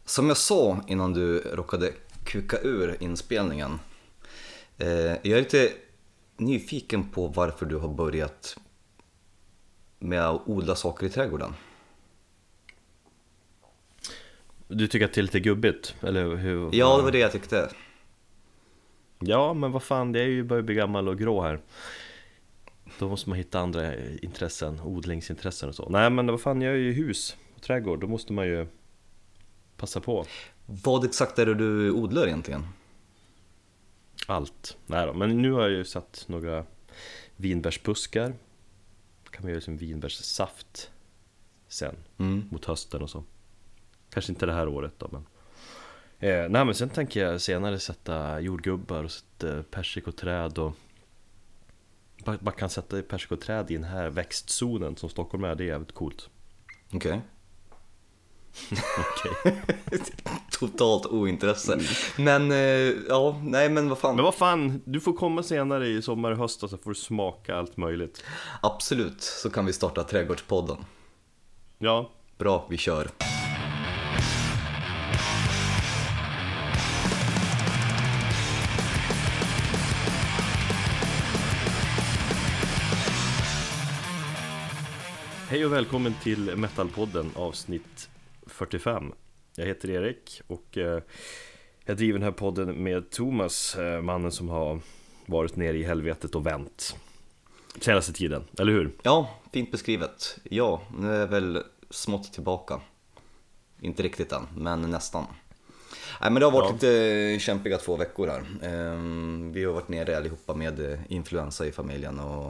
Som jag sa innan du råkade kuka ur inspelningen, jag är lite nyfiken på varför du har börjat med att odla saker i trädgården. Du tycker att det är lite gubbigt, eller hur? Ja, det var det jag tyckte. Ja, men vad fan, det är ju börjar bli gammal och grå här. Då måste man hitta andra intressen, odlingsintressen och så. Nej, men vad fan, jag är ju hus och trädgård, då måste man ju passa på. Vad exakt är det du odlar egentligen? Allt. Nej då, men nu har jag ju satt några vinbärsbuskar. Kan man göra som vinbärssaft sen, mot hösten och så. Kanske inte det här året då, men nej, men sen tänker jag senare sätta jordgubbar och sätta persikoträd och man kan sätta persikoträd i den här växtzonen som Stockholm är, det är jävligt coolt. Okej. Okej. Totalt ointresse. Men ja, nej men vad fan. Men vad fan, du får komma senare i sommar och höst och så får du smaka allt möjligt. Absolut, så kan vi starta Trädgårdspodden. Ja. Bra, vi kör. Hej och välkommen till Metalpodden avsnitt 45. Jag heter Erik och jag driver den här podden med Thomas, mannen som har varit nere i helvetet och vänt senaste tiden, eller hur? Ja, fint beskrivet. Ja, nu är jag väl smått tillbaka. Inte riktigt än, men nästan. Nej, men det har varit lite kämpiga 2 veckor här. Vi har varit nere allihopa med influensa i familjen och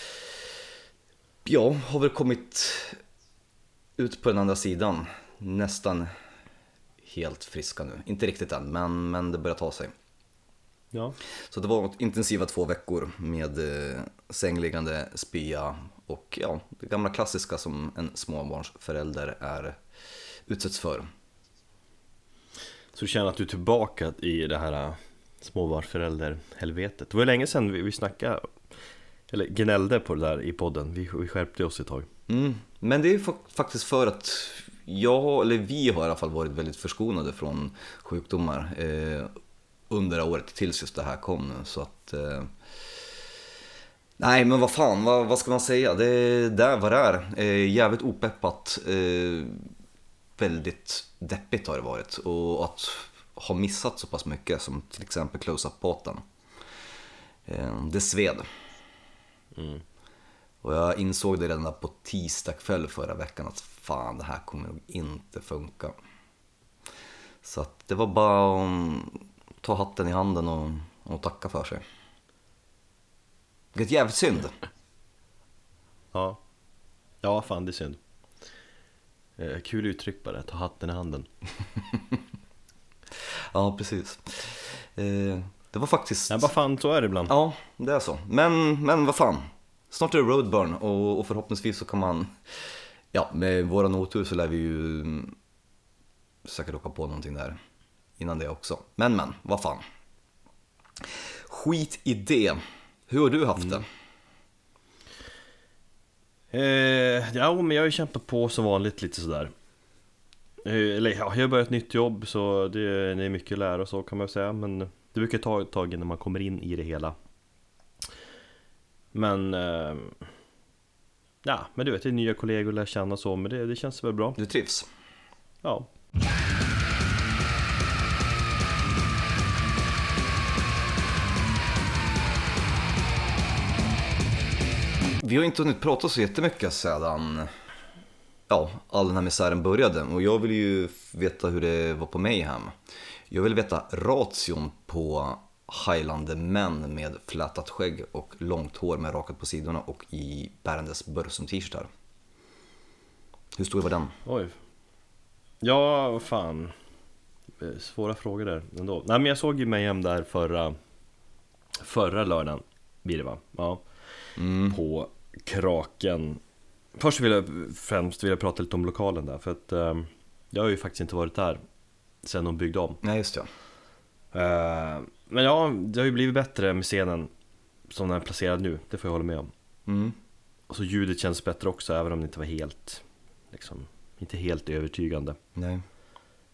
ja, har väl kommit ut på den andra sidan. Nästan helt friska nu. Inte riktigt än, men det börjar ta sig. Ja. Så det var intensiva 2 veckor med sängliggande, spya och ja, det gamla klassiska som en småbarnsförälder utsätts för. Så du känner att du är tillbaka i det här småbarnsförälder-helvetet? Det var länge sedan vi snackade, eller gnällde på det där i podden. Vi skärpte oss ett tag. Men det är faktiskt för att vi har i alla fall varit väldigt förskonade från sjukdomar under året tills just det här kom nu. Så att nej, men vad fan, vad ska man säga? Det är där vad det är. Jävligt opeppat, väldigt deppigt har det varit. Och att ha missat så pass mycket som till exempel close-up-båten, det sved. Och jag insåg det redan på tisdag kväll förra veckan att fan, det här kommer nog inte funka. Så att det var bara att ta hatten i handen och tacka för sig. Vilket jävligt synd. Ja, fan, det är synd. Kul uttryck bara, ta hatten i handen. Ja, precis. Det var faktiskt... Ja, vad fan, så är det ibland. Ja, det är så. Men vad fan. Snart är det roadburn och förhoppningsvis så kan man... Ja, med våra notur så lär vi ju säkert åka på någonting där innan det också. Men, vad fan. Skit i det. Hur har du haft det? Ja, men jag har ju kämpat på som vanligt lite sådär. Eller ja, jag har börjat ett nytt jobb, så det är mycket att lära och så kan man säga. Men det brukar ta ett tag innan man kommer in i det hela. Men ja, men du vet, det är nya kollegor att lära känna så, men det känns väl bra. Du trivs? Ja. Vi har inte hunnit prata så jättemycket sedan all den här misären började. Och jag vill ju veta hur det var på Mayhem. Jag vill veta ration på Highlander män med flätat skägg och långt hår med rakat på sidorna och i bärandes Bursum t-shirtar. Hur stor var den? Oj. Ja, vad fan. Svåra frågor där ändå. Nej, men jag såg ju Mayhem där förra lördagen blir det, va? Ja. På Kraken. Först vill jag prata lite om lokalen där, för att jag har ju faktiskt inte varit där sen de byggde om. Nej, just det. Men ja, det har ju blivit bättre med scenen som den är placerad nu, det får jag hålla med om. Och så ljudet känns bättre också, även om det inte var helt, liksom, inte helt övertygande. Nej.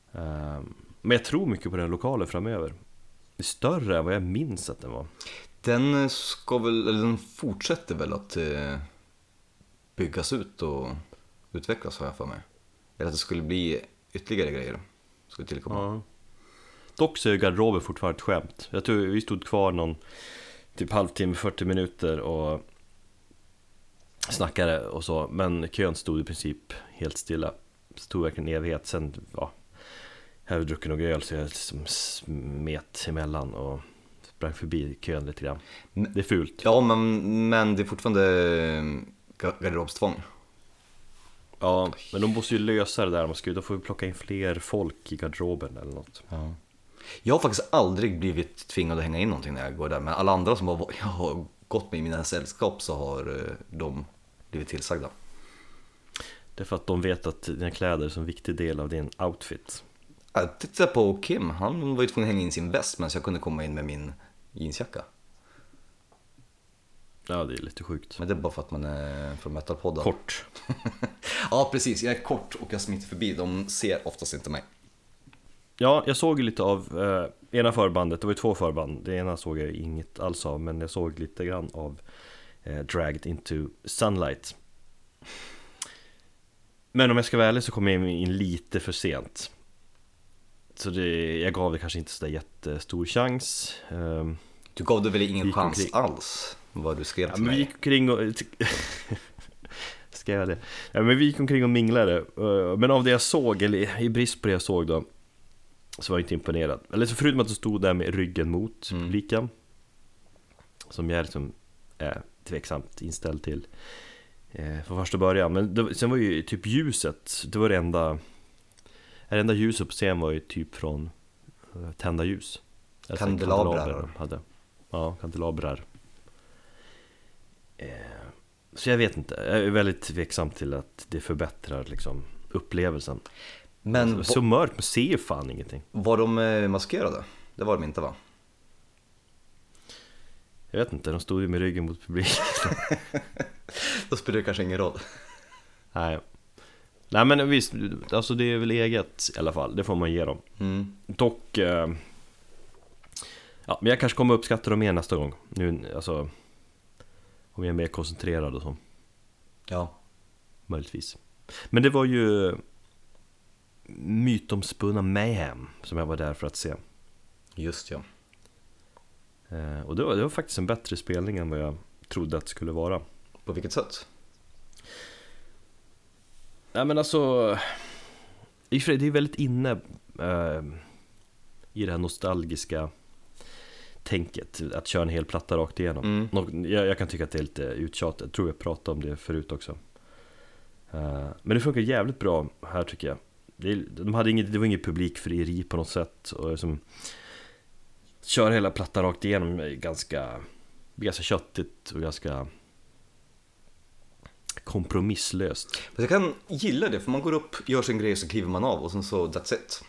Men jag tror mycket på den lokalen framöver. Det är större än vad jag minns att den var. Den ska väl, eller den fortsätter väl att byggas ut och utvecklas, har jag för mig. Eller att det skulle bli ytterligare grejer skulle tillkomma. Ja. Dock så är garderoben fortfarande ett skämt. Jag tror vi stod kvar någon typ halvtimme, 40 minuter och snackade och så. Men kön stod i princip helt stilla. Det stod verkligen en evighet. Sen, ja, jag hade druckit några öl så jag liksom smet emellan och sprang förbi kön lite grann. Det är fult. Ja, men det är fortfarande garderobstvång. Ja, men de måste ju lösa det där. Man ska ju, då får vi plocka in fler folk i garderoben eller något. Ja. Jag har faktiskt aldrig blivit tvingad att hänga in någonting när jag går där. Men alla andra som jag har gått med i mina sällskap så har de blivit tillsagda. Det är för att de vet att dina kläder är en viktig del av din outfit. Jag tittade på Kim, han var ju tvungen att hänga in sin väst men så jag kunde komma in med min jeansjacka. Ja, det är lite sjukt. Men det är bara för att man är från Metalpodden. Kort. Ja, precis. Jag är kort och jag smiter förbi. De ser oftast inte mig. Ja, jag såg lite av ena förbandet. Det var ju 2 förband. Det ena såg jag inget alls av, men jag såg lite grann av Dragged into Sunlight. Men om jag ska vara ärlig så kom jag in lite för sent. Så jag gav det kanske inte så där jättestor chans. Du gav det väl ingen chans alls? Vad du skrev till mig. Vi gick omkring och... Ska jag det? Ja, men vi gick omkring och minglade. Men av det jag såg, eller i brist på det jag såg då, så var jag inte imponerad. Eller så förutom att du stod där med ryggen mot publiken, som jag liksom är tveksamt inställd till från första början. Men sen var ju typ ljuset, det var det enda ljuset på scen var ju typ från tända ljus. Kandelabrar hade. Ja, kandelabrar. Så jag vet inte, jag är väldigt tveksam till att det förbättrar liksom upplevelsen. Men så mörkt, man ser ju fan ingenting. Var de maskerade? Det var de inte, va? Jag vet inte, de stod ju med ryggen mot publiken. Då spelar det kanske ingen roll. Nej, men visst, alltså det är väl eget i alla fall, det får man ge dem. Dock, ja, men jag kanske kommer uppskatta dem mer nästa gång. Nu, alltså, om jag är mer koncentrerad och så. Ja. Möjligtvis. Men det var ju mytomspunna Mayhem som jag var där för att se. Just ja. Och det var faktiskt en bättre spelning än vad jag trodde att det skulle vara. På vilket sätt? Ja, men alltså, det är väldigt inne i det här nostalgiska tänket att köra en hel platta rakt igenom. Jag kan tycka att det är lite uttjatat. Jag tror jag pratade om det förut också. Men det funkar jävligt bra här tycker jag. Det var ingen publikfrieri på något sätt. Och liksom, köra hela plattan rakt igenom är ganska köttigt och ganska kompromisslöst. Men jag kan gilla det, för man går upp, gör sin grej, så kliver man av och sen så that's it.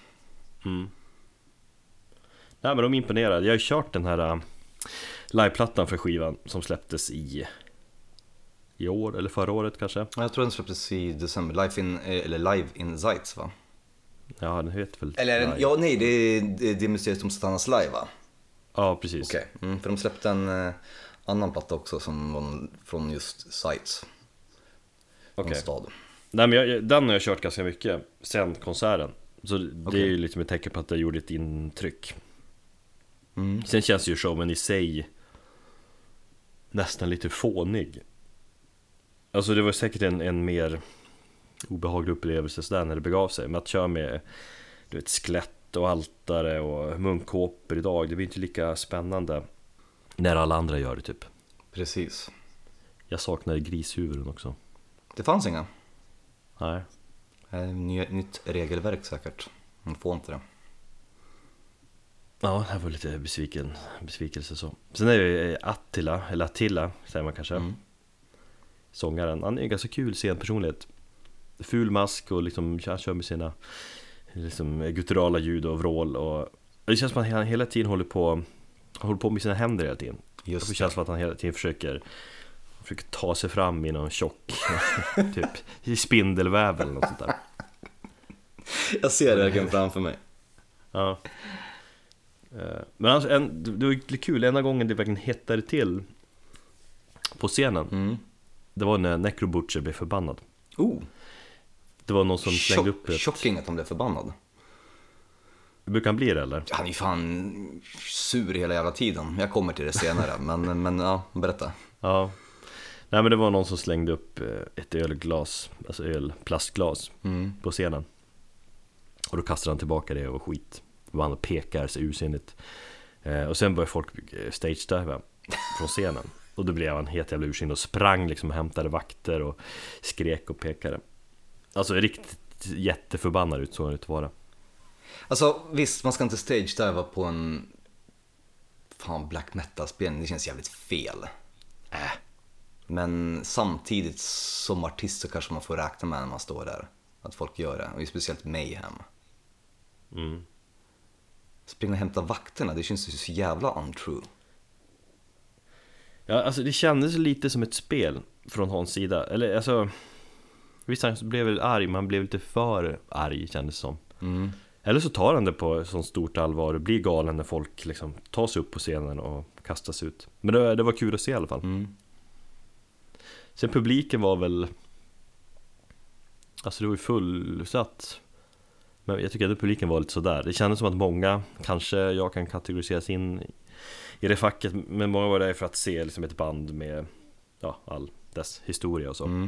Nej, men de är imponerade. Jag har ju kört den här liveplattan för skivan som släpptes i år eller förra året kanske. Jag tror den släpptes i december, Live in Zeitz, va? Ja, den heter väl eller, ja, nej, det är Mysteriet om Satanas Live, va? Ja, precis. Okej. För de släppte en annan platta också som var från just Zeitz. Okej. Stad. Nej, men den har jag kört ganska mycket sen konserten. Så det är ju lite ett tecken på att jag gjorde ett intryck. Sen känns ju showen i sig nästan lite fånig. Alltså det var säkert en mer obehaglig upplevelse sådär när det begav sig. Men att köra med, du vet, skelett och altare och munkkåpor idag, det blir inte lika spännande när alla andra gör det typ. Precis. Jag saknade grishuvuden också. Det fanns inga. Nej. Nytt regelverk säkert. Man får inte det. Ja, det var lite besvikelse så. Sen är det Attila säger man kanske. Sångaren, han är en ganska kul scenpersonlighet. Ful mask och liksom, han kör med sina liksom, gutturala ljud och vrål. Och det känns som att han hela tiden håller på med sina händer hela tiden. Just det känns som att han hela tiden försöker ta sig fram i någon tjock typ i spindelväv eller något sånt där. Jag ser det verkligen framför mig. Ja. Men alltså, det var lite kul, ena gången det verkligen hettade till på scenen. Det var när Necro Butcher blev förbannad. Det var någon som slängde upp ett... Shocking att han blev förbannad. Brukar han bli det, eller? Han är ju fan sur hela jävla tiden. Jag kommer till det senare. men ja, berätta. Ja. Nej, men det var någon som slängde upp ett ölglas, alltså plastglas på scenen. Och då kastade han tillbaka det och skit. Han pekar så ursinnigt. Och sen började folk stage-diva från scenen. Och då blev han helt jävla ursinnig och sprang liksom och hämtade vakter och skrek och pekade. Alltså riktigt jätteförbannad ut, så han ut vara. Alltså visst, man ska inte stage-diva på en black metal-spelning. Det känns jävligt fel. Men samtidigt som artist så kanske man får räkna med när man står där att folk gör det, och speciellt Mayhem. Springa och hämta vakterna, det känns ju så jävla untrue. Ja, alltså det kändes lite som ett spel från Hans sida. Eller alltså, visst han blev väl arg, men han blev lite för arg, kändes som. Eller så tar han det på sånt stort allvar och blir galen när folk liksom tar sig upp på scenen och kastas ut. Men det var kul att se i alla fall. Sen publiken var väl, alltså det var ju fullsatt. Men jag tycker att publiken var lite sådär. Det kändes som att många, kanske jag kan kategoriseras in i det facket, men många var där för att se liksom ett band med all dess historia och så.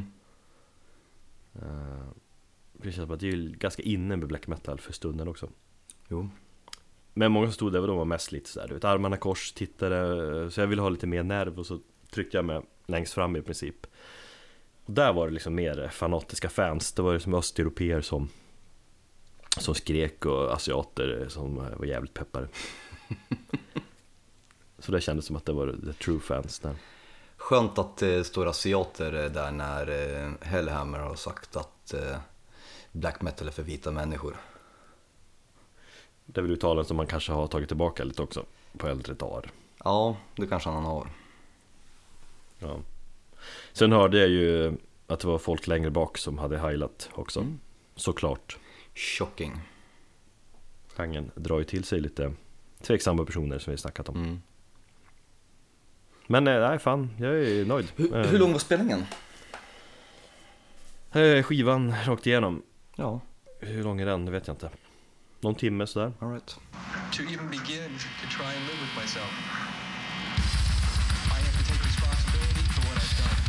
Det känns som att det är ganska inne med black metal för stunden också. Jo. Men många som stod där och de var mest lite sådär, du vet, armarna kors, tittade. Så jag ville ha lite mer nerv, och så tryckte jag mig längst fram i princip. Och där var det liksom mer fanatiska fans. Det var liksom östeuropeer som skrek, och asiater som var jävligt peppade. Så det kändes som att det var the true fans där. Skönt att det står asiater där när Hellhammer har sagt att black metal är för vita människor. Det är väl uttalanden som man kanske har tagit tillbaka lite också på äldre dagar. Ja, det kanske han har. Ja. Sen hörde jag ju att det var folk längre bak som hade heilat också. Såklart. Shocking. Genren drar ju till sig lite tveksamma personer som vi snackat om. Men nej fan, jag är nöjd. Hur lång var spelningen? Skivan rakt igenom. Ja. Hur lång är den? Det vet jag inte. Någon timme sådär. All right. To even begin to try and live with myself, I have to take responsibility for what I've done.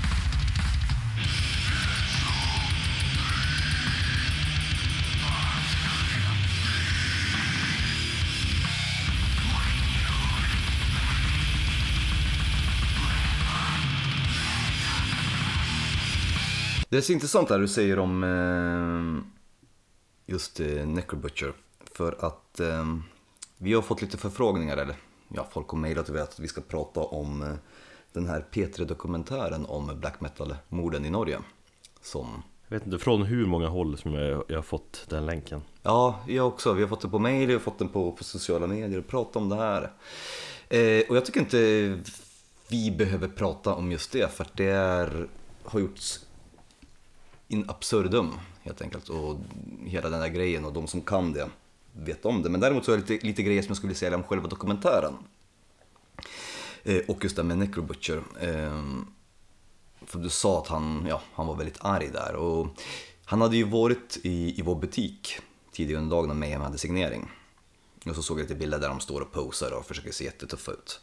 Det är så intressant där du säger om just Necro Butcher. För att vi har fått lite förfrågningar, eller folk har mejlat och vet att vi ska prata om den här P3-dokumentären om black metal-morden i Norge. Som... Jag vet inte från hur många håll som jag har fått den länken. Ja, jag också. Vi har fått den på mejl, vi har fått den på sociala medier och prata om det här. Och jag tycker inte vi behöver prata om just det, för det har gjorts in absurdum helt enkelt, och hela den där grejen, och de som kan det vet om det. Men däremot så är det lite grejer som jag skulle säga om själva dokumentären, och just det med Necro Butcher. För du sa att han var väldigt arg där, och han hade ju varit i vår butik tidigare under dagen när Mayhem hade signering, och så såg jag lite bilder där de står och posar och försöker se jättetuffa ut.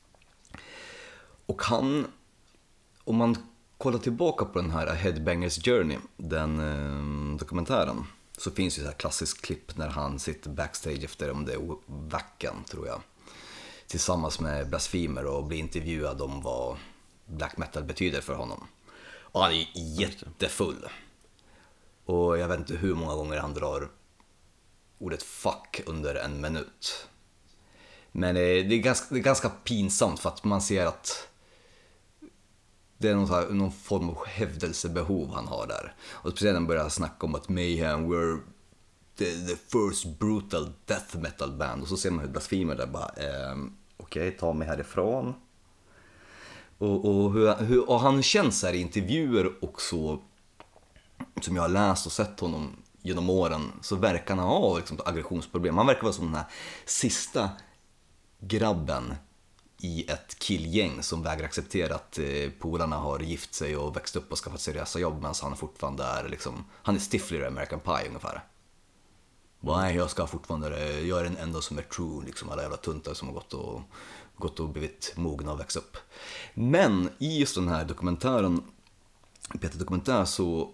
Och han, om man kolla tillbaka på den här Headbangers Journey, den dokumentären, så finns ju så här klassiskt klipp när han sitter backstage efter, om det är Wacken tror jag, tillsammans med Blasphemer, och blir intervjuad om vad black metal betyder för honom. Och han är jättefull. Och jag vet inte hur många gånger han drar ordet fuck under en minut. Men det är ganska pinsamt, för att man ser att det är någon form av hävdelsebehov han har där. Och speciellt när han börjar snacka om att Mayhem were the first brutal death metal band. Och så ser man hur Blasphemer där bara okej, ta mig härifrån. Och hur han känns här i intervjuer också, som jag har läst och sett honom genom åren så verkar han ha liksom aggressionsproblem. Han verkar vara som den här sista grabben i ett killgäng som vägrar acceptera att polarna har gift sig och växt upp och skaffat seriösa jobb, medan han fortfarande är liksom, han är Stifler i American Pie ungefär. Nej, jag ska fortfarande göra den enda som är true, liksom alla jävla tuntar som har gått och blivit mogna och växt upp. Men i just den här dokumentären, Peter Dokumentär, så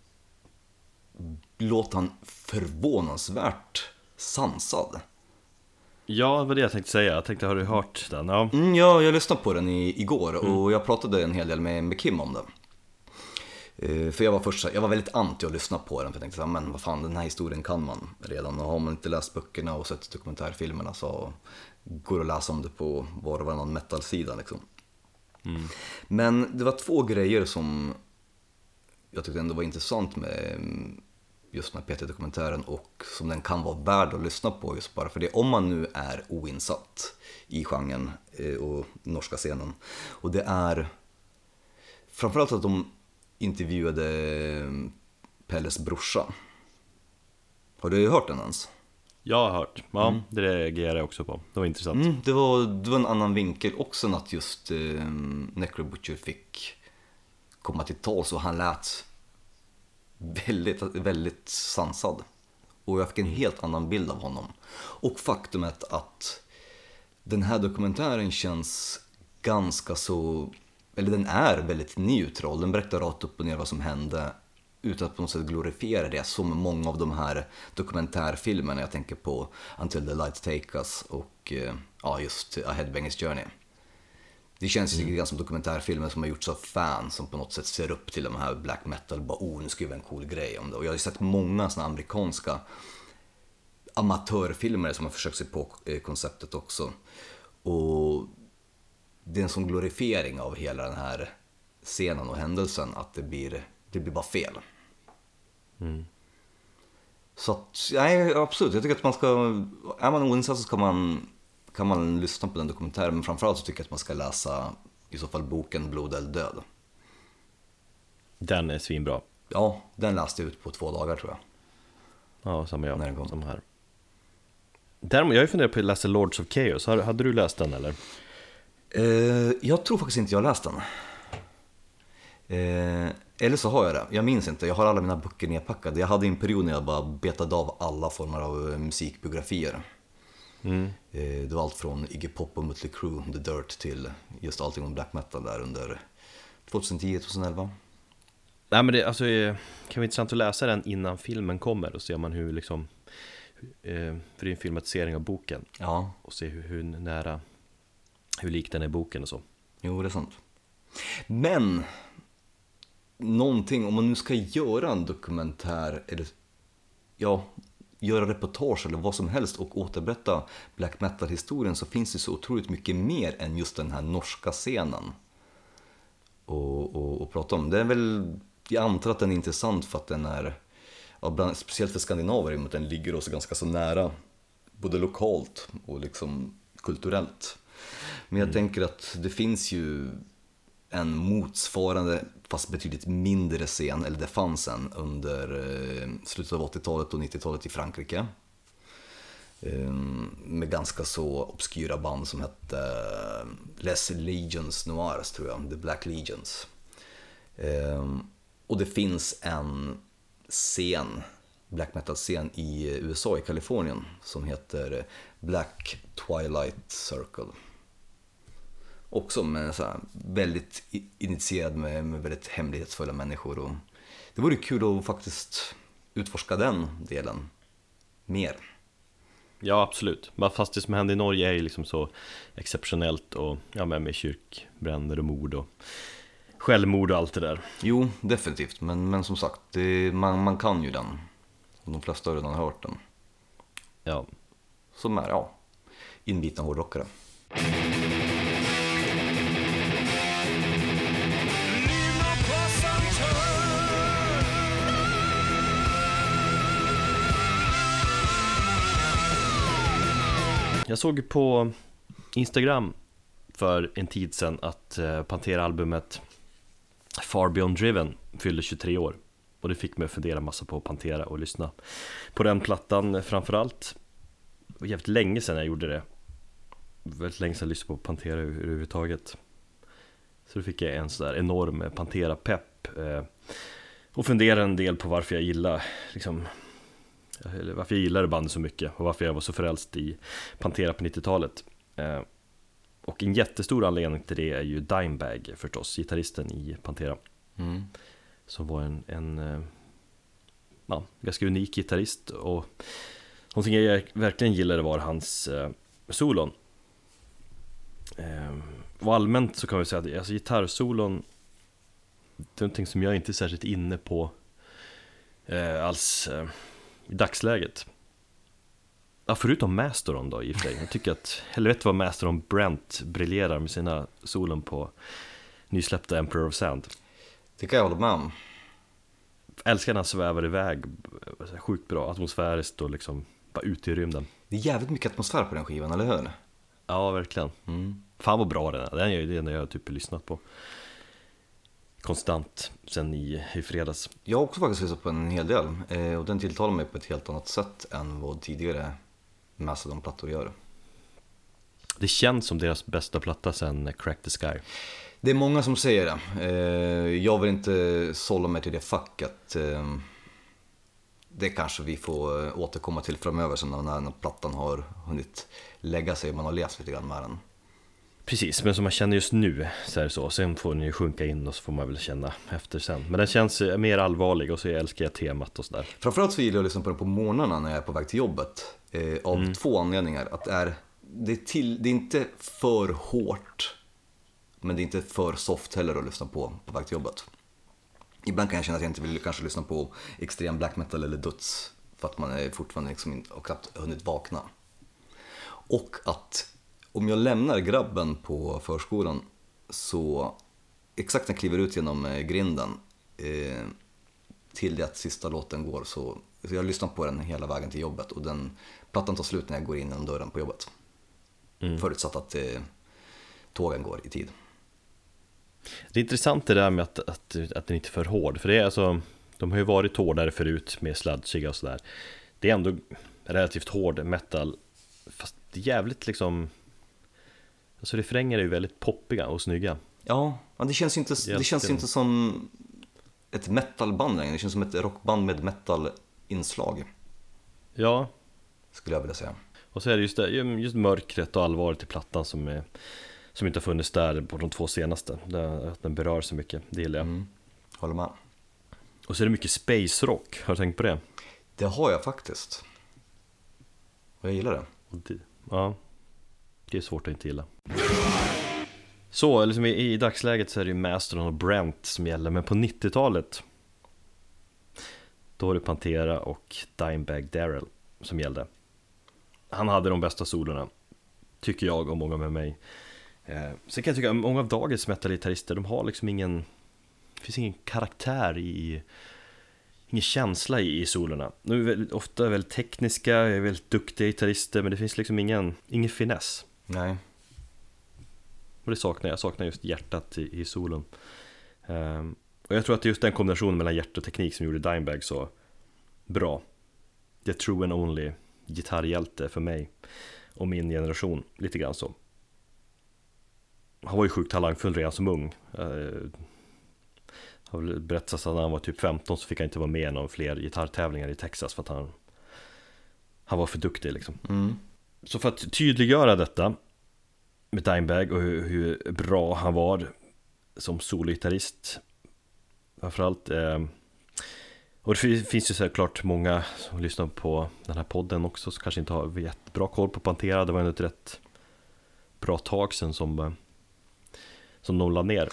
låter han förvånansvärt sansad. Ja, det var det jag tänkte säga. Jag tänkte, har du hört den? Ja, Ja, jag lyssnade på den igår och jag pratade en hel del med Kim om det. För jag var väldigt anti att lyssna på den, för jag tänkte men vad fan, den här historien kan man redan, och har man inte läst böckerna och sett dokumentärfilmerna så går det att läsa om det på var och varannan metal-sida liksom. Men det var 2 grejer som jag tyckte ändå var intressant med just den här PT-dokumentären, och som den kan vara värd att lyssna på just bara för det, om man nu är oinsatt i genren och norska scenen. Och det är framförallt att de intervjuade Pelles brorsa. Har du hört den ens? jag har hört. Ja, det reagerar jag också på. Det var intressant. Det var en annan vinkel också, än att just Necro Butcher fick komma till tals, och han lät väldigt, väldigt sansad. Och jag fick en helt annan bild av honom. Och faktumet att den här dokumentären känns ganska så, eller den är väldigt neutral. Den berättar rakt upp och ner vad som hände utan att på något sätt glorifiera det, som många av de här dokumentärfilmerna. Jag tänker på Until the Lights Take Us och just A Headbanger's Journey. Det känns ju lite grann som dokumentärfilmer som har gjorts av fans som på något sätt ser upp till de här black metal, bara nu ska vi en cool grej om det. Och jag har ju sett många såna amerikanska amatörfilmer som har försökt sig på konceptet också. Och det är en sån glorifiering av hela den här scenen och händelsen att det blir bara fel. Så att, nej, absolut, jag tycker att man ska, är man oinsatt så kan man lyssna på den dokumentären, men framförallt så tycker jag att man ska läsa i så fall boken Blod eller död. Den är svinbra. Ja, den läste jag ut på 2 dagar tror jag. Ja, samma jag. När den kom. Som här. Däremot, jag har ju funderat på att läsa Lords of Chaos. Hade du läst den eller? Jag tror faktiskt inte jag har läst den. Eller så har jag det, jag minns inte. Jag har alla mina böcker nedpackade. Jag hade en period när jag bara betade av alla former av musikbiografier. Det var allt från Iggy Pop och Mötley Crüe, The Dirt, till just allting om black metal där under 2010-2011. Nej, men det alltså, kan vara intressant att läsa den innan filmen kommer. Och ser man hur liksom, för det är en filmatisering av boken. Ja. Och se hur nära, hur lik den är boken och så. Jo, det är sant. Men någonting, om man nu ska göra en dokumentär eller göra reportage eller vad som helst och återberätta black metal-historien, så finns det så otroligt mycket mer än just den här norska scenen och prata om. Det är väl, jag antar att den är intressant för att den är, speciellt för skandinaver, i och med att den ligger oss ganska så nära både lokalt och liksom kulturellt. Men jag tänker att det finns ju en motsvarande fast betydligt mindre scen, eller det fanns en under slutet av 80-talet och 90-talet i Frankrike, med ganska så obskyra band som hette Les Legions Noirs, tror jag, The Black Legions. Och det finns en scen, black metal-scen i USA, i Kalifornien, som heter Black Twilight Circle. Också med så här väldigt initierad med väldigt hemlighetsfulla människor, och det vore kul att faktiskt utforska den delen mer. Ja, absolut. Fast det som hände i Norge är ju liksom så exceptionellt, och med kyrkbränder och mord och självmord och allt det där. Jo, definitivt, men som sagt, man kan ju den. De flesta har redan hört den. Ja. Som är, inbitna hårdrockare. Jag såg på Instagram för en tid sedan att Pantera-albumet Far Beyond Driven fyllde 23 år. Och det fick mig att fundera massa på Pantera och lyssna på den plattan framförallt. Det var jävligt länge sedan jag gjorde det. Väldigt länge sedan jag lyssnade på Pantera överhuvudtaget. Så då fick jag en sådär enorm Pantera-pepp. Och fundera en del på varför jag gillar liksom, eller varför jag gillade bandet så mycket och varför jag var så frälst i Pantera på 90-talet. Och en jättestor anledning till det är ju Dimebag förstås, gitarristen i Pantera. Som var en ganska unik gitarrist. Och någonting jag verkligen gillade var hans solon. Och allmänt så kan vi säga att alltså, gitarrsolon, det är någonting som jag inte är särskilt inne på alls i dagsläget. Ja, förutom Mastodon då i och för sig. Jag tycker att helvete vad Mastodon Brent briljerar med sina solon på nysläppta Emperor of Sand. Det kan jag hålla med om. Älskar när han svävar iväg, sjukt bra, atmosfäriskt och liksom bara ute i rymden. Det är jävligt mycket atmosfär på den skivan, eller hur? Ja, verkligen. Fan vad bra den är. Den är ju det enda jag har typ lyssnat på konstant sen i fredags. Jag har också faktiskt lyssnat på en hel del, och den tilltalar mig på ett helt annat sätt än vad tidigare Mastodon-plattor gör. Det känns som deras bästa platta sen Crack the Sky. Det är många som säger det. Jag vill inte sålla mig till det facket. Det kanske vi får återkomma till framöver sen när plattan har hunnit lägga sig och man har läst lite grann med den. Precis, men som man känner just nu så är det så. Sen får ni ju sjunka in och så får man väl känna efter sen. Men den känns mer allvarlig och så älskar jag temat och sådär. Framförallt så gillar jag att lyssna på den på morgnarna när jag är på väg till jobbet. Av två anledningar. Att det är inte för hårt, men det är inte för soft heller att lyssna på väg till jobbet. Ibland kan jag känna att jag inte vill kanske lyssna på extrem black metal eller döds, för att man är fortfarande liksom inte och knappt hunnit vakna. Och att om jag lämnar grabben på förskolan, så exakt när jag kliver ut genom grinden till det att sista låten går, så jag lyssnar på den hela vägen till jobbet, och den plattan tar slut när jag går in genom dörren på jobbet. Förutsatt att tågen går i tid. Det är intressant det där med att den inte är för hård. För det är alltså, de har ju varit hårdare förut med sludgiga och sådär. Det är ändå relativt hård metal, fast det är jävligt liksom, alltså refränger är ju väldigt poppiga och snygga. Ja, det känns ju inte som ett metalband längre. Det känns som ett rockband med metal-inslag. Ja, skulle jag vilja säga. och så är det just mörkret och allvaret i plattan som inte har funnits där på de två senaste. Att den berör så mycket, det gillar jag. Håller med. Och så är det mycket space rock, har du tänkt på det? Det har jag faktiskt. Och jag gillar det. Ja, det är svårt att inte gilla. Så, liksom i dagsläget så är det ju Mastodon och Brent som gäller. Men på 90-talet då är det Pantera och Dimebag Darrell som gällde. Han hade de bästa solorna, tycker jag och många med mig. Sen kan jag tycka att många av dagens metal-gitarrister, de har liksom det finns ingen karaktär ingen känsla i solorna. De är ofta väldigt tekniska, är väldigt duktiga gitarrister, men det finns liksom ingen finess. Nej. Och det saknar jag saknar just hjärtat i solen. Och jag tror att det är just den kombinationen mellan hjärta och teknik som gjorde Dimebag så bra. Det är true and only gitarrhjälte för mig och min generation, lite grann så. Han var ju sjukt talangfull redan som ung. Har väl berättats att när han var typ 15 så fick han inte vara med i någon fler gitarrtävlingar i Texas för att han var för duktig liksom. Så för att tydliggöra detta med Dimebag och hur bra han var som sologitarrist framförallt, och det finns ju såklart många som lyssnar på den här podden också som kanske inte har jättebra koll på Pantera. Det var ändå ett rätt bra tag sedan som de la ner.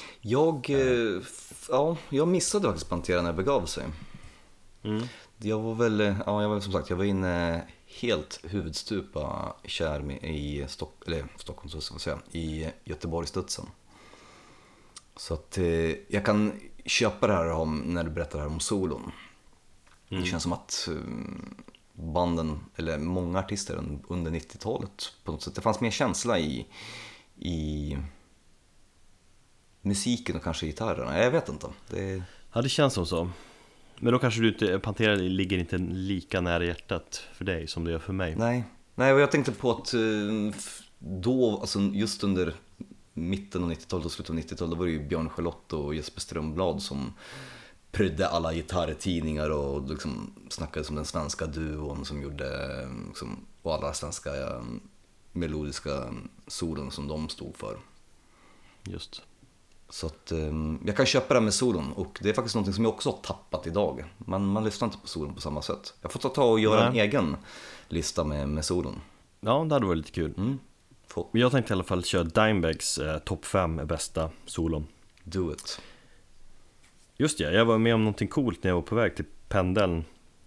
Jag missade faktiskt Pantera när det begav sig. Jag var inne helt huvudstupa kär i Stockholm, så att säga, i Göteborgsstudsen. Så att jag kan köpa det här när du berättar här om solon. Det känns som att banden, eller många artister under 90-talet på något sätt, det fanns mer känsla i musiken och kanske gitarrerna. Jag vet inte. Ja, det känns som så. Men då kanske du inte, Pantera ligger inte lika nära hjärtat för dig som det gör för mig. Nej, och jag tänkte på att då, alltså just under mitten av 90-talet och slutet av 90-talet, då var det ju Björn Charlotte och Jesper Strömblad som prydde alla gitarrtidningar och liksom snackade som den svenska duon som gjorde liksom, och alla svenska melodiska solon som de stod för. Just. Så att jag kan köpa det med solon, och det är faktiskt något som jag också har tappat idag. Man lyssnar inte på solon på samma sätt. Jag får ta och göra en egen lista med solon. Ja, det hade varit lite kul. Men jag tänkte i alla fall köra Dimebags topp 5 bästa solon. Do it. Just det, jag var med om någonting coolt när jag var på väg till pendeln.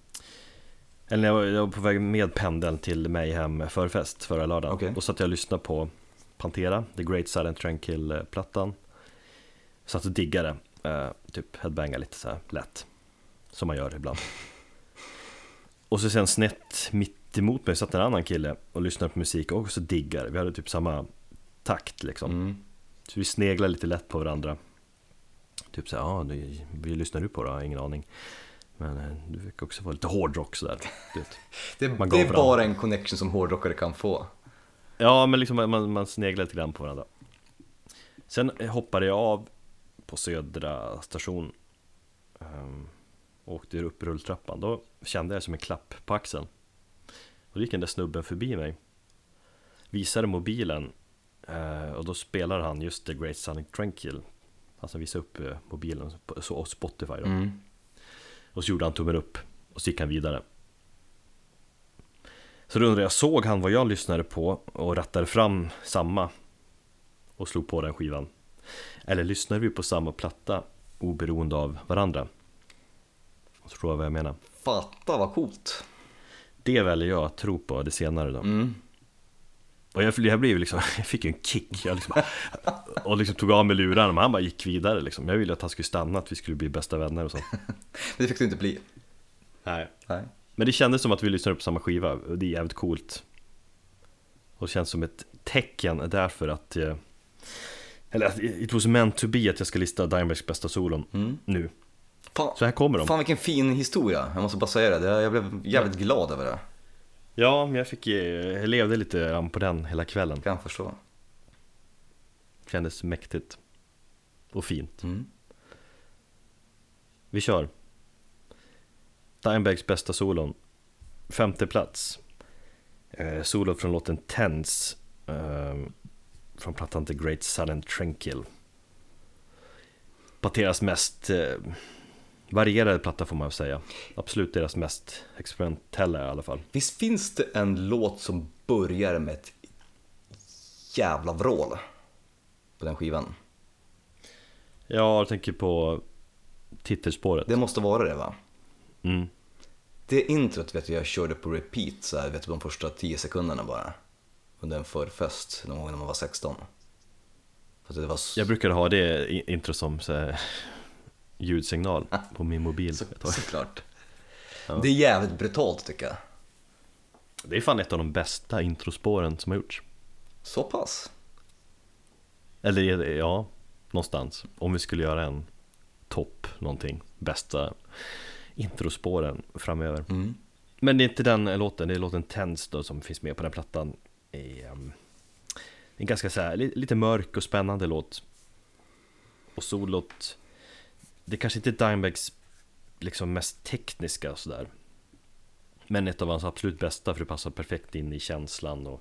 Eller jag var på väg med pendeln till Mayhem förfest förra lördagen. Okay. Då satt jag och lyssnade på Pantera, The Great Silent Tranquil-plattan. Satt och diggade, typ headbanga lite så här lätt, som man gör ibland. Och så sen snett mitt emot mig satt en annan kille och lyssnade på musik och också diggade. Vi hade typ samma takt liksom. Så vi sneglade lite lätt på varandra. Typ såhär, ja, vi lyssnar du på då? Ingen aning. Men du fick också vara lite hårdrock sådär. Det är bara en connection som hårdrockare kan få. Ja, men liksom man sneglar lite grann på varandra. Sen hoppade jag av på Södra station och åkte upp rulltrappan. Då kände jag som en klapp på axeln. Och då gick den där snubben förbi mig, visade mobilen, och då spelar han just The Great Silent Tranquil. Alltså visade upp mobilen på Spotify då. Och så gjorde han tummen upp och så gick han vidare. Så då undrade jag, såg han vad jag lyssnade på och rattade fram samma och slog på den skivan? Eller lyssnade vi på samma platta oberoende av varandra? Och så tror jag vad jag menar. Fatta vad coolt. Det väljer jag att tro på, det senare då. Och jag blev liksom, jag fick ju en kick. Jag liksom, och liksom tog av med lurarna, men han bara gick vidare liksom. Jag ville att han skulle stanna, att vi skulle bli bästa vänner och så. Det fick du inte bli. Nej. Men det kändes som att vi lyssnade på samma skiva, och det är jävligt coolt. Och det känns som ett tecken därför att it was meant to be att jag ska lista Dimebags bästa solon nu. Fan, så här kommer de. Fan vilken fin historia, jag måste bara säga det. Jag blev jävligt glad över det. Ja, men jag levde lite på den hela kvällen. Kan förstå. Kändes mäktigt och fint. Vi kör Dimebags bästa solon. 5:e plats, solo från låten Tense, från plattan The Great Silent Tranquil. Panteras mest varierade platta får man väl säga. Absolut deras mest experimentella i alla fall. Visst finns det en låt som börjar med ett jävla vrål på den skivan? Ja, jag tänker på titelspåret. Det måste vara det, va? Mm. Det introt vet jag körde på repeat så här, vet du, de första 10 sekunderna bara under en förfest någon gång när man var 16. För det var jag brukade ha det intro som så här, ljudsignal på min mobil. Såklart. Ja. Det är jävligt brutalt tycker jag. Det är fan ett av de bästa introspåren som har gjorts. Så pass? Eller ja, någonstans. Om vi skulle göra en topp någonting, bästa introspåren framöver. Men det är inte den låten, det är låten Tense då, som finns med på den plattan. En ganska så här, lite mörk och spännande låt. Och solot, det kanske inte är Dimebags liksom mest tekniska och sådär, men ett av hans absolut bästa, för det passar perfekt in i känslan och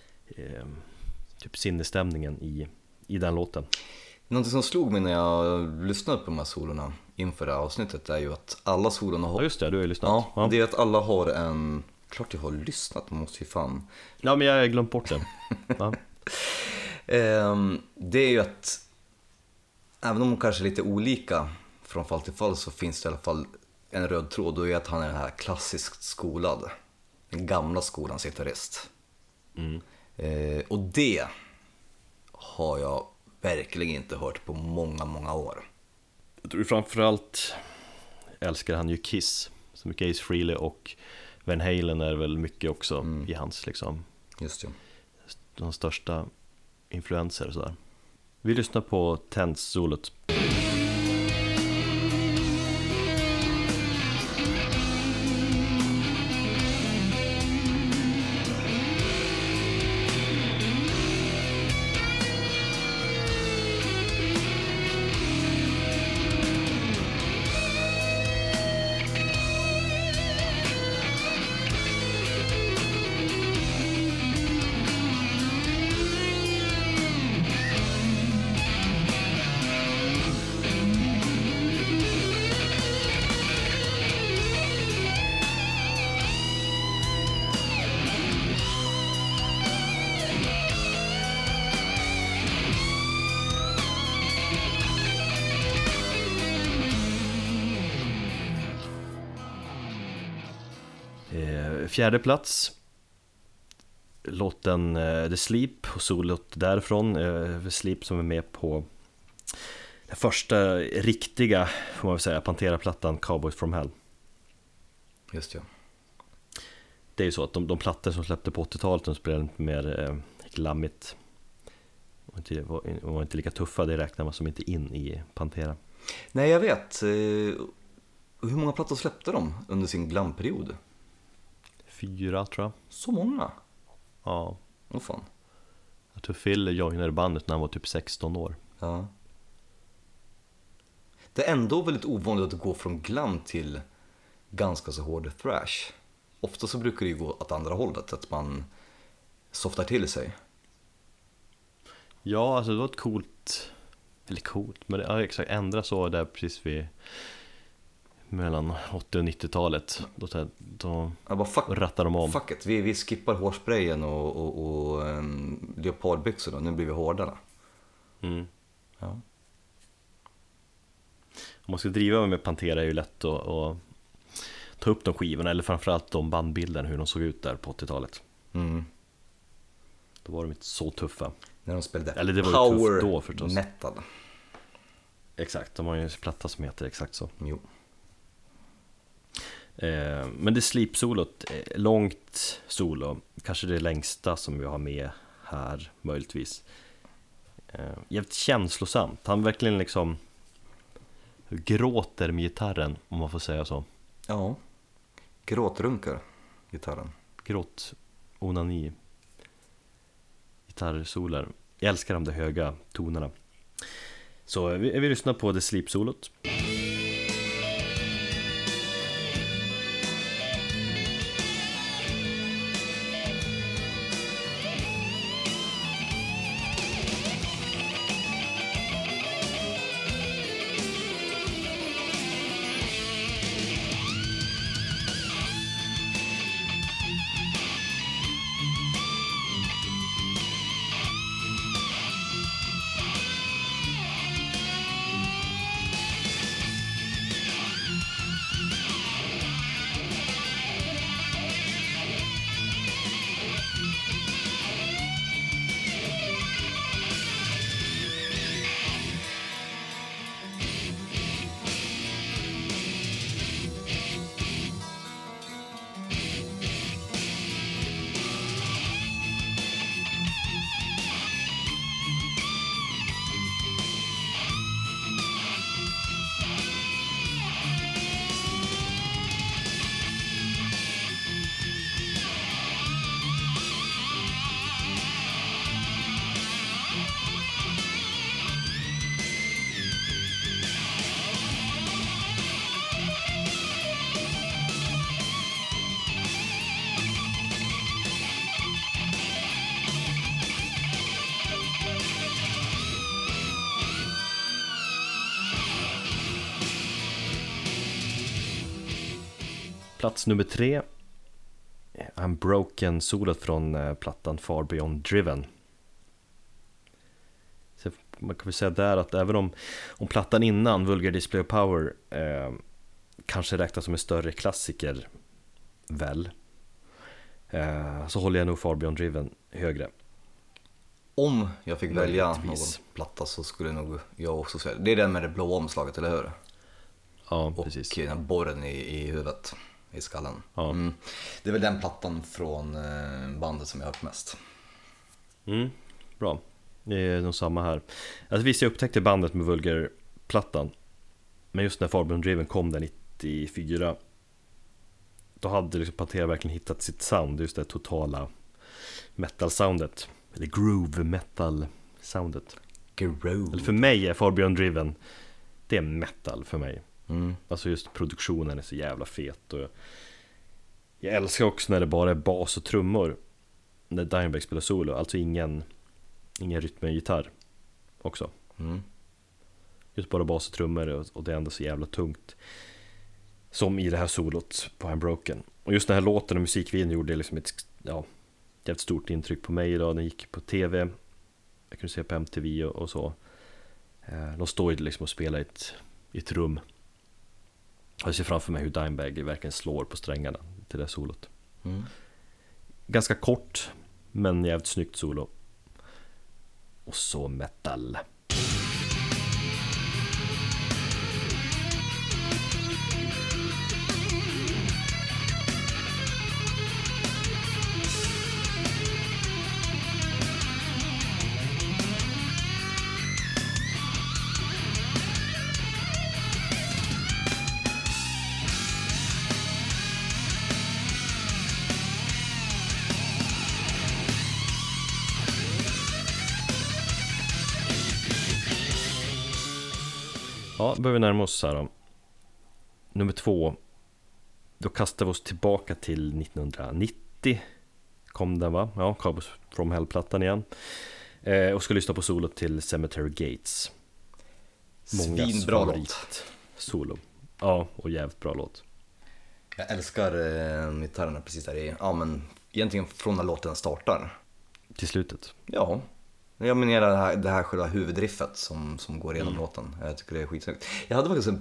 typ sinnesstämningen i den låten. Någonting som slog mig när jag lyssnade på de här solorna inför det här avsnittet är ju att alla solorna har... Ja just det, du har ju lyssnat. Ja, det är att alla har en... Klart jag har lyssnat, man måste ju fan... Ja, men jag har glömt bort det. Ja. Det är ju att även om de kanske är lite olika från fall till fall, så finns det i alla fall en röd tråd, och är att han är den här klassiskt skolad, den gamla skolans gitarrist. Och det har jag verkligen inte hört på många år. Jag tror framförallt älskar han ju Kiss så mycket. Ace Frehley och Van Halen är väl mycket också i hans liksom, just det, de största influenser och sådär. Vi lyssnar på Tense-solot. 4:e plats, låten The Sleep och solot därifrån. The Sleep som är med på den första riktiga, får man väl säga, Pantera-plattan Cowboys from Hell. Just ja. Det är ju så att de plattor som släppte på 80-talet, de spelade lite mer glammigt och var inte lika tuffa. Det räknar man som inte in i Pantera. Nej, jag vet. Hur många plattor släppte de under sin glamperiod? 4 tror jag. Så många? Ja. Åh fan. Jag tror Phil joinade bandet när han var typ 16 år. Ja. Det är ändå väldigt ovanligt att gå från glam till ganska så hård thrash. Ofta så brukar det ju gå åt andra hållet, att man softar till sig. Ja, alltså det var ett coolt, men det exakt ändra så där precis vid mellan 80- och 90-talet. Då rattar de om. Fuck it, vi skippar hårsprayen och leopardbyxorna, nu blir vi hårdare. Ja. Om man ska driva med Pantera är ju lätt att ta upp de skivorna, eller framförallt de bandbilderna, hur de såg ut där på 80-talet. Då var de inte så tuffa. När de spelade eller det var power ju tufft då förstås. Metal. Exakt, de har ju en platta som heter exakt så. Jo. Men det Sleep-solot, långt solo, kanske det längsta som vi har med här möjligtvis. Jävligt känslosamt. Han verkligen liksom gråter med gitarren, om man får säga så. Ja, gråtrunkar gitarren. Gråt, onani, gitarrsoler. Jag älskar de där höga tonerna. Så vi lyssnar på det Sleep-solot. Plats nummer 3, Unbroken solot från plattan Far Beyond Driven. Så man kan väl säga där att även om plattan innan, Vulgar Display of Power, kanske räknas som en större klassiker väl, så håller jag nog Far Beyond Driven högre. Om jag fick välja någon platta så skulle nog jag också säga det är den med det blå omslaget, eller hur? Ja, precis. Och den här borren i huvudet, i skallen. Ja. Det är väl den plattan från bandet som jag har hört mest. Bra, det är nog samma här. Alltså visst, jag upptäckte bandet med Vulgar-plattan, men just när Far Beyond Driven kom där 94, då hade liksom Pantera verkligen hittat sitt sound, just det totala metal-soundet, eller groove metal-soundet. Eller för mig är Far Beyond Driven, det är metal för mig. Alltså just produktionen är så jävla fet, och jag älskar också när det bara är bas och trummor när Dimebag spelar solo, alltså ingen rytm med gitarr också. Just bara bas och trummor, och det är ändå så jävla tungt, som i det här solot på Unbroken. Och just den här låten och musikvideon gjorde liksom ett jävligt stort intryck på mig idag. Den gick på tv, jag kunde se på MTV och så. De står ju liksom och spelar i ett rum. Jag ser framför mig hur Dimebag verkligen slår på strängarna till det här solot. Ganska kort, men jävligt snyggt solo. Och så metal. Ja, då börjar vi närma oss här då. Nummer 2. Då kastar vi oss tillbaka till 1990. Kom den, va? Ja, Cowboys from Hell-plattan igen. Och ska lyssna på solot till Cemetery Gates. Svinbra låt. Solo. Ja, och jävligt bra låt. Jag älskar gitarrerna precis där i, ja men egentligen från när låten startar. Till slutet. Ja, jag menar det här själva huvudriffet som går igenom låten. Jag tycker det är skitsnyggt. Jag hade faktiskt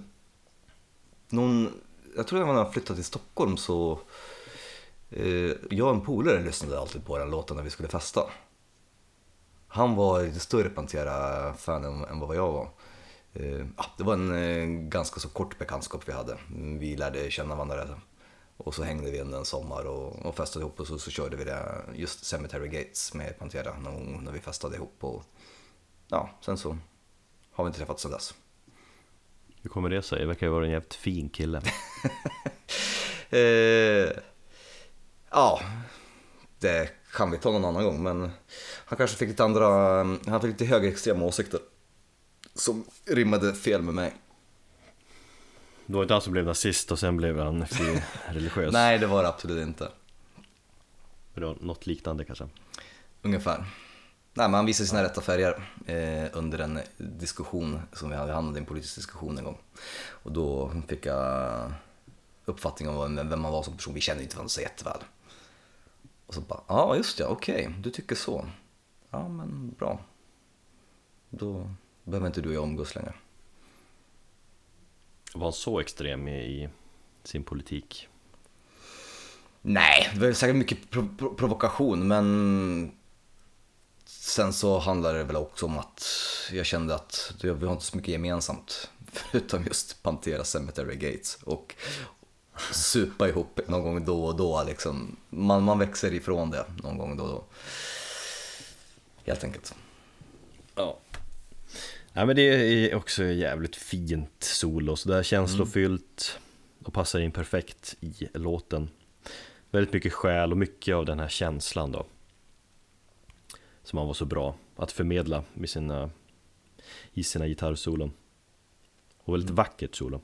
jag tror att när jag flyttade till Stockholm så jag och en polare lyssnade alltid på den låten när vi skulle festa. Han var lite större Pantera-fan än vad jag var. Det var en ganska så kort bekantskap vi hade. Vi lärde känna varandra och så hängde vi en sommar och festade ihop och så körde vi det, just Cemetery Gates med Pantera när vi festade ihop och ja, sen så har vi inte träffats sedan dess. Hur kommer det sig? Det verkar ju vara en jävligt fin kille. Ja, det kan vi ta någon annan gång, men han kanske fick han fick lite högerextrema åsikter som rimmade fel med mig. Det var inte han som blev nazist och sen blev han religiös? Nej, det var det absolut inte. Det var något liknande kanske? Ungefär. Nej, men han visade sina rätta färger under en diskussion som vi hade, en politisk diskussion en gång. Och då fick jag uppfattning om vem man var som person. Vi kände inte varandra så jätteväl. Och så bara, ja just ja, okej, du tycker så. Ja men bra. Då behöver inte du och jag umgås längre. Var han så extrem i sin politik? Nej, det var säkert mycket provokation, men sen så handlar det väl också om att jag kände att vi har inte så mycket gemensamt förutom just Pantera Cemetery Gates och supa ihop någon gång då och då liksom. Man växer ifrån det någon gång då och då. Helt enkelt. Ja. Ja, men det är också jävligt fint solo, så det är känslofyllt och passar in perfekt i låten. Väldigt mycket själ och mycket av den här känslan då som han var så bra att förmedla med sina gitarrsolon. Och väldigt vackert solo.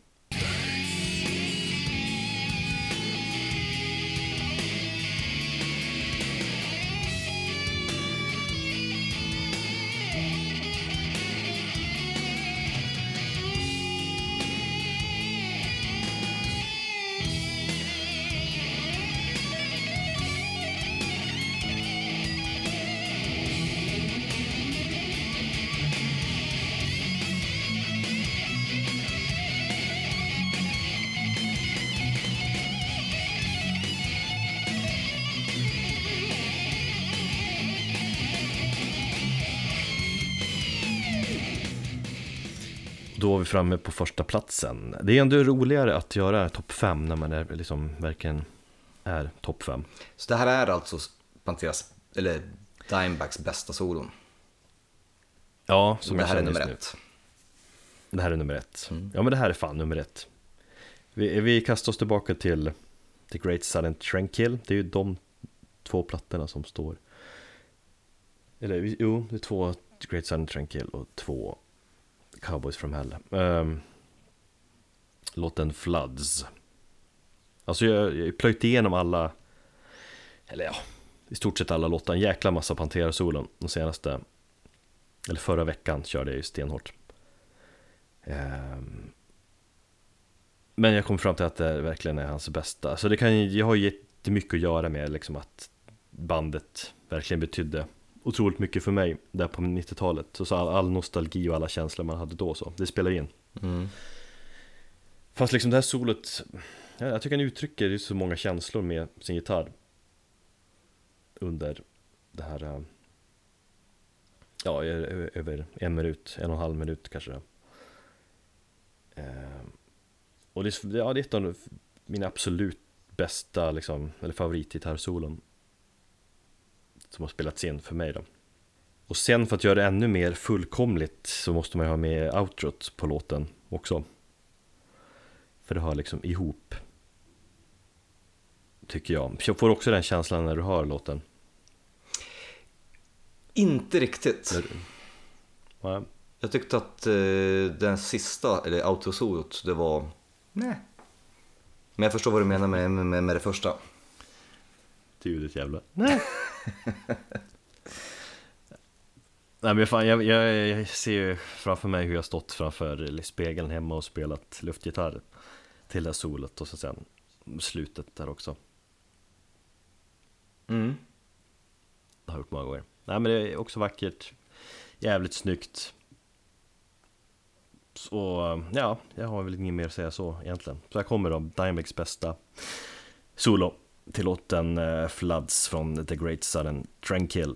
Då var vi framme på första platsen. Det är ändå roligare att göra topp 5 när man är liksom verkligen är topp 5. Så det här är alltså Panteras eller Dimebacks bästa solon. Ja, som det här är nummer 1. Det här är nummer 1. Ja, men det här är fan nummer 1. Vi kastar oss tillbaka till The Great Silent Tranquil. Det är ju de 2 plattorna som står. Eller jo, det är 2 The Great Silent Tranquil och 2 Cowboys from Hell. Låten Floods. Alltså jag plöjt igenom alla, eller ja, i stort sett alla låtar. En jäkla massa Pantera-solon. De senaste, eller förra veckan körde jag ju stenhårt. Men jag kom fram till att det verkligen är hans bästa. Så jag har jättemycket att göra med liksom att bandet verkligen betydde otroligt mycket för mig där på 90-talet. Så all nostalgi och alla känslor man hade då, så det spelar in. Fast liksom det här solot, jag tycker han uttrycker så många känslor med sin gitarr under det här, ja, över 1,5 minut kanske. Och det är ett av mina absolut bästa liksom, eller favoritgitarrsolon som har spelats in för mig då. Och sen för att göra det ännu mer fullkomligt så måste man ju ha med outrot på låten också. För det har liksom ihop, tycker jag. Jag får också den känslan när du hör låten. Inte riktigt. Ja. Jag tyckte att den sista, eller outrosolot, det var... Nej. Men jag förstår vad du menar med det första. Du är ditt jävla... Nej. Nej men fan, jag ser ju framför mig hur jag stått framför spegeln hemma och spelat luftgitarr till det solot och så sen slutet där också. Det har jag gjort många gånger. Nej men det är också vackert, jävligt snyggt. Så ja, jag har väl inget mer att säga så egentligen. Så här kommer då Dimebacks bästa solo till låten Floods från The Great Southern Tranquil.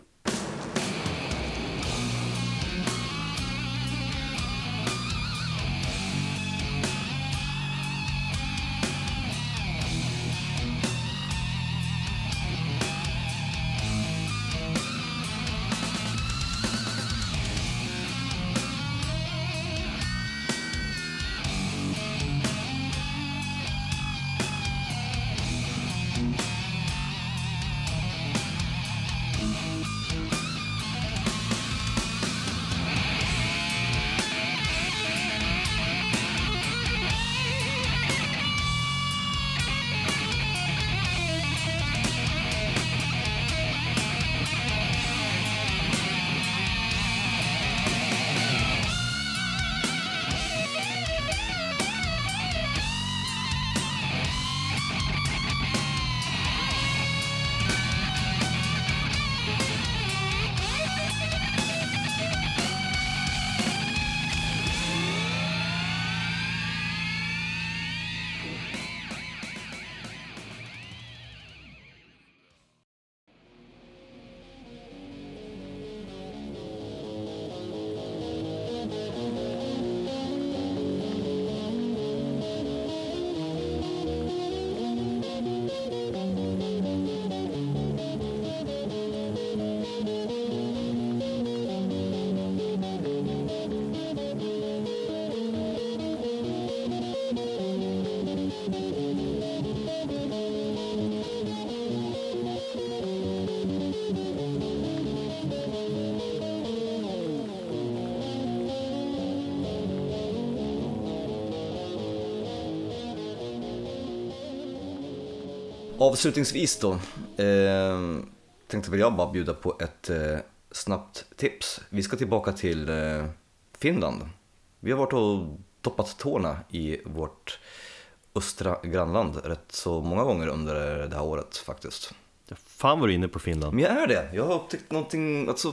Avslutningsvis då tänkte väl jag bara bjuda på ett snabbt tips. Vi ska tillbaka till Finland. Vi har varit och doppat tårna i vårt östra grannland rätt så många gånger under det här året faktiskt. Fan var du inne på Finland? Men jag är det. Jag har upptäckt någonting, alltså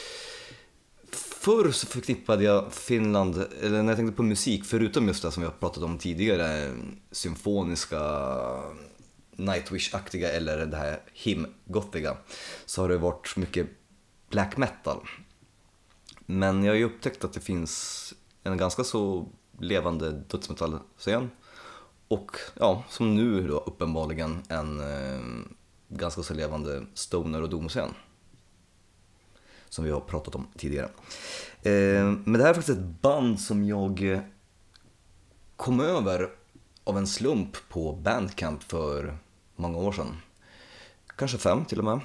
förr så förknippade jag Finland, eller när jag tänkte på musik, förutom just det som vi har pratat om tidigare, symfoniska, Nightwish-aktiga eller det här him-gothiga, så har det varit mycket black metal. Men jag har ju upptäckt att det finns en ganska så levande dödsmetall-scen och ja, som nu då uppenbarligen en ganska så levande stoner- och doom-scen som vi har pratat om tidigare. Men det här är faktiskt ett band som jag kom över av en slump på Bandcamp för många år sedan. Kanske 5 till och med.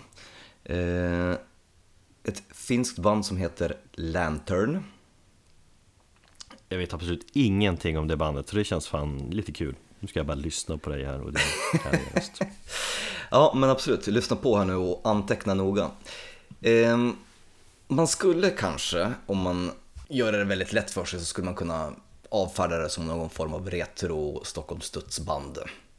Ett finskt band som heter Lantern. Jag vet absolut ingenting om det bandet, så det känns fan lite kul. Nu ska jag bara lyssna på dig här och det här är just. Ja, men absolut. Lyssna på här nu och anteckna noga. Man skulle kanske, om man gör det väldigt lätt för sig, så skulle man kunna avfärda det som någon form av retro Stockholmsstudsband.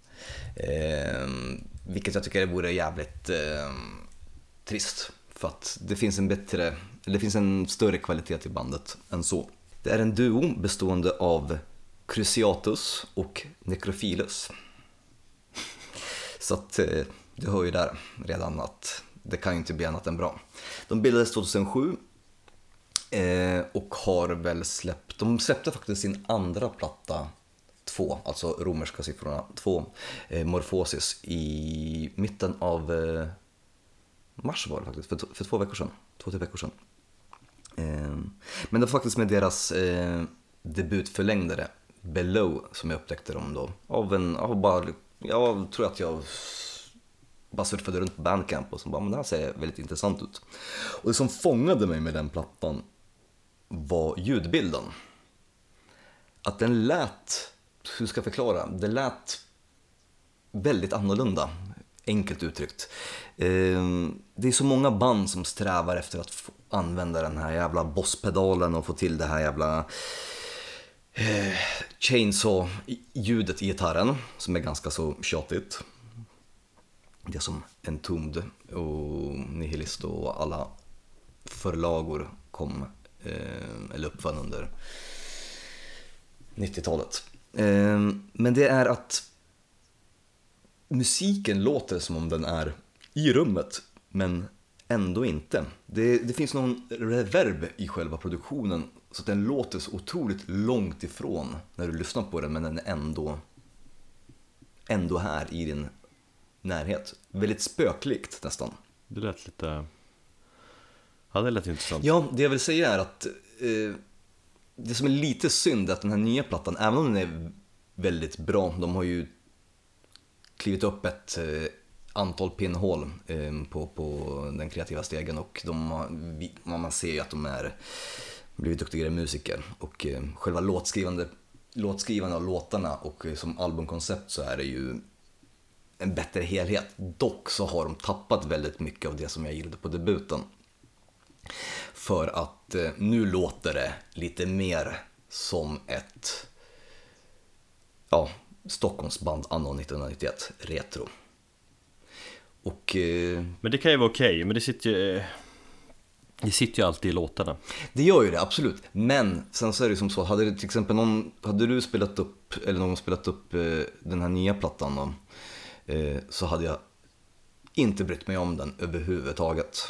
Vilket jag tycker vore jävligt trist. För att det finns en större kvalitet i bandet än så. Det är en duo bestående av Cruciatus och Necrophilus. Så att du hör ju där redan att det kan ju inte bli annat än bra. De bildades 2007 och har väl de släppte faktiskt sin andra platta 2, alltså romerska siffrorna 2, Morphosis, i mitten av mars var det faktiskt, för 2 veckor sedan, 2-3 veckor sedan. Men det var faktiskt med deras debutförlängdare Below som jag upptäckte dem då, jag tror att jag bara surfade runt på Bandcamp och så bara, men det här ser väldigt intressant ut. Och det som fångade mig med den plattan var ljudbilden. Att den lät, hur ska jag förklara, det lät väldigt annorlunda, enkelt uttryckt. Det är så många band som strävar efter att använda den här jävla bosspedalen och få till det här jävla chainsaw-ljudet i gitarren, som är ganska så tjatigt. Det som Entombed och Nihilist och alla förlagor kom eller uppfann under 90-talet. Men det är att musiken låter som om den är i rummet, men ändå inte. Det finns någon reverb i själva produktionen, så att den låter så otroligt långt ifrån när du lyssnar på den, men den är ändå här i din närhet. Väldigt spöklikt nästan. Det lät lite... Ja, det lät intressant. Ja, det jag vill säga är att det som är lite synd är att den här nya plattan, även om den är väldigt bra, de har ju klivit upp ett antal pinnhål på den kreativa stegen, och man ser ju att de är blivit duktigare musiker, och själva låtskrivande av låtarna och som albumkoncept så är det ju en bättre helhet. Dock så har de tappat väldigt mycket av det som jag gillade på debuten, för att nu låter det lite mer som ett Stockholmsband anno 1991 retro. Och men det kan ju vara okej, men det sitter ju alltid i låtarna. det gör ju det, absolut. Men sen så är det som så, hade det till exempel hade du spelat upp, eller någon spelat upp den här nya plattan då, så hade jag inte brytt mig om den överhuvudtaget.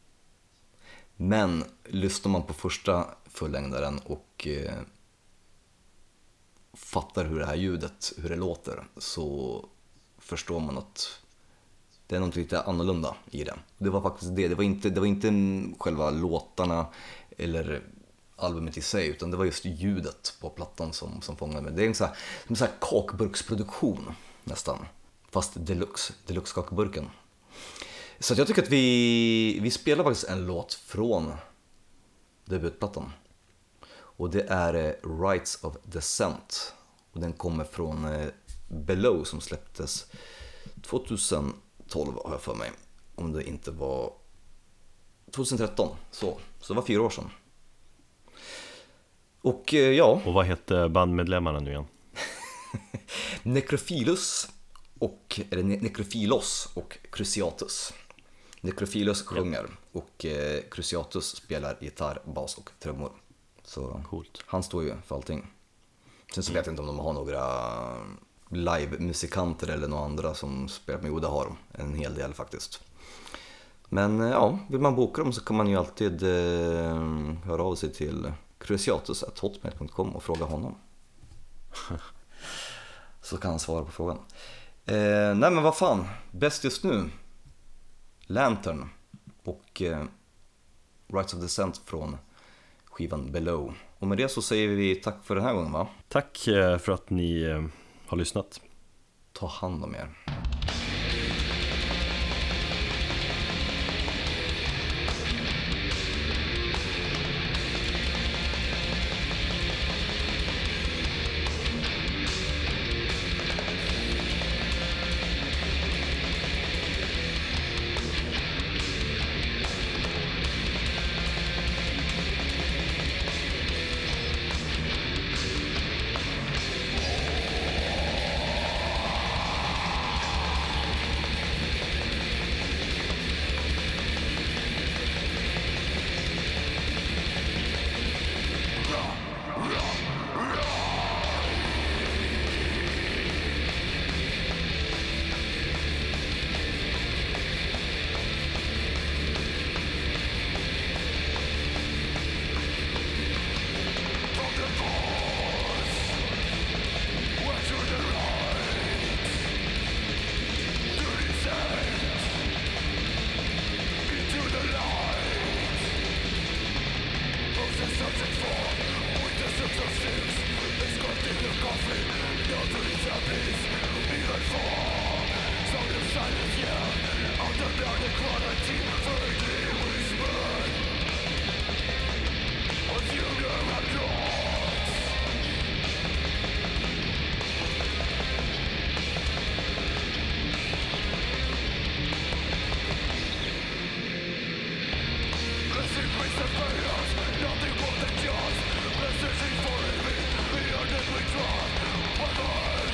Men lyssnar man på första fullängdaren och fattar hur det här ljudet, hur det låter, så förstår man att det är något lite annorlunda i det. Det var faktiskt det var inte själva låtarna eller albumet i sig, utan det var just ljudet på plattan som fångade mig. Det är en sån här kakburksproduktion nästan, fast deluxe kakburken. Så jag tycker att vi spelar faktiskt en låt från debutplattan, och det är Rites of Descent, och den kommer från Below som släpptes 2012 har jag för mig, om det inte var 2013, så det var 4 år sedan. Och ja. Och vad hette bandmedlemmarna nu igen? Necrophilos och Cruciatus. Necrophilos sjunger och Cruciatus spelar gitarr, bas och trummor. Så coolt. Han står ju för allting. Sen så vet jag inte om de har några live-musikanter eller några andra som spelar med. Jo, det har de en hel del faktiskt. Men ja, vill man boka dem så kan man ju alltid höra av sig till cruciatus@hotmail.com och fråga honom. Så kan han svara på frågan. Nej men vad fan, bäst just nu Lantern och Rites of Descent från skivan Below. Och med det så säger vi tack för den här gången, va? Tack för att ni har lyssnat. Ta hand om er. Nothing more than just messaging for me. We are deadly drawn.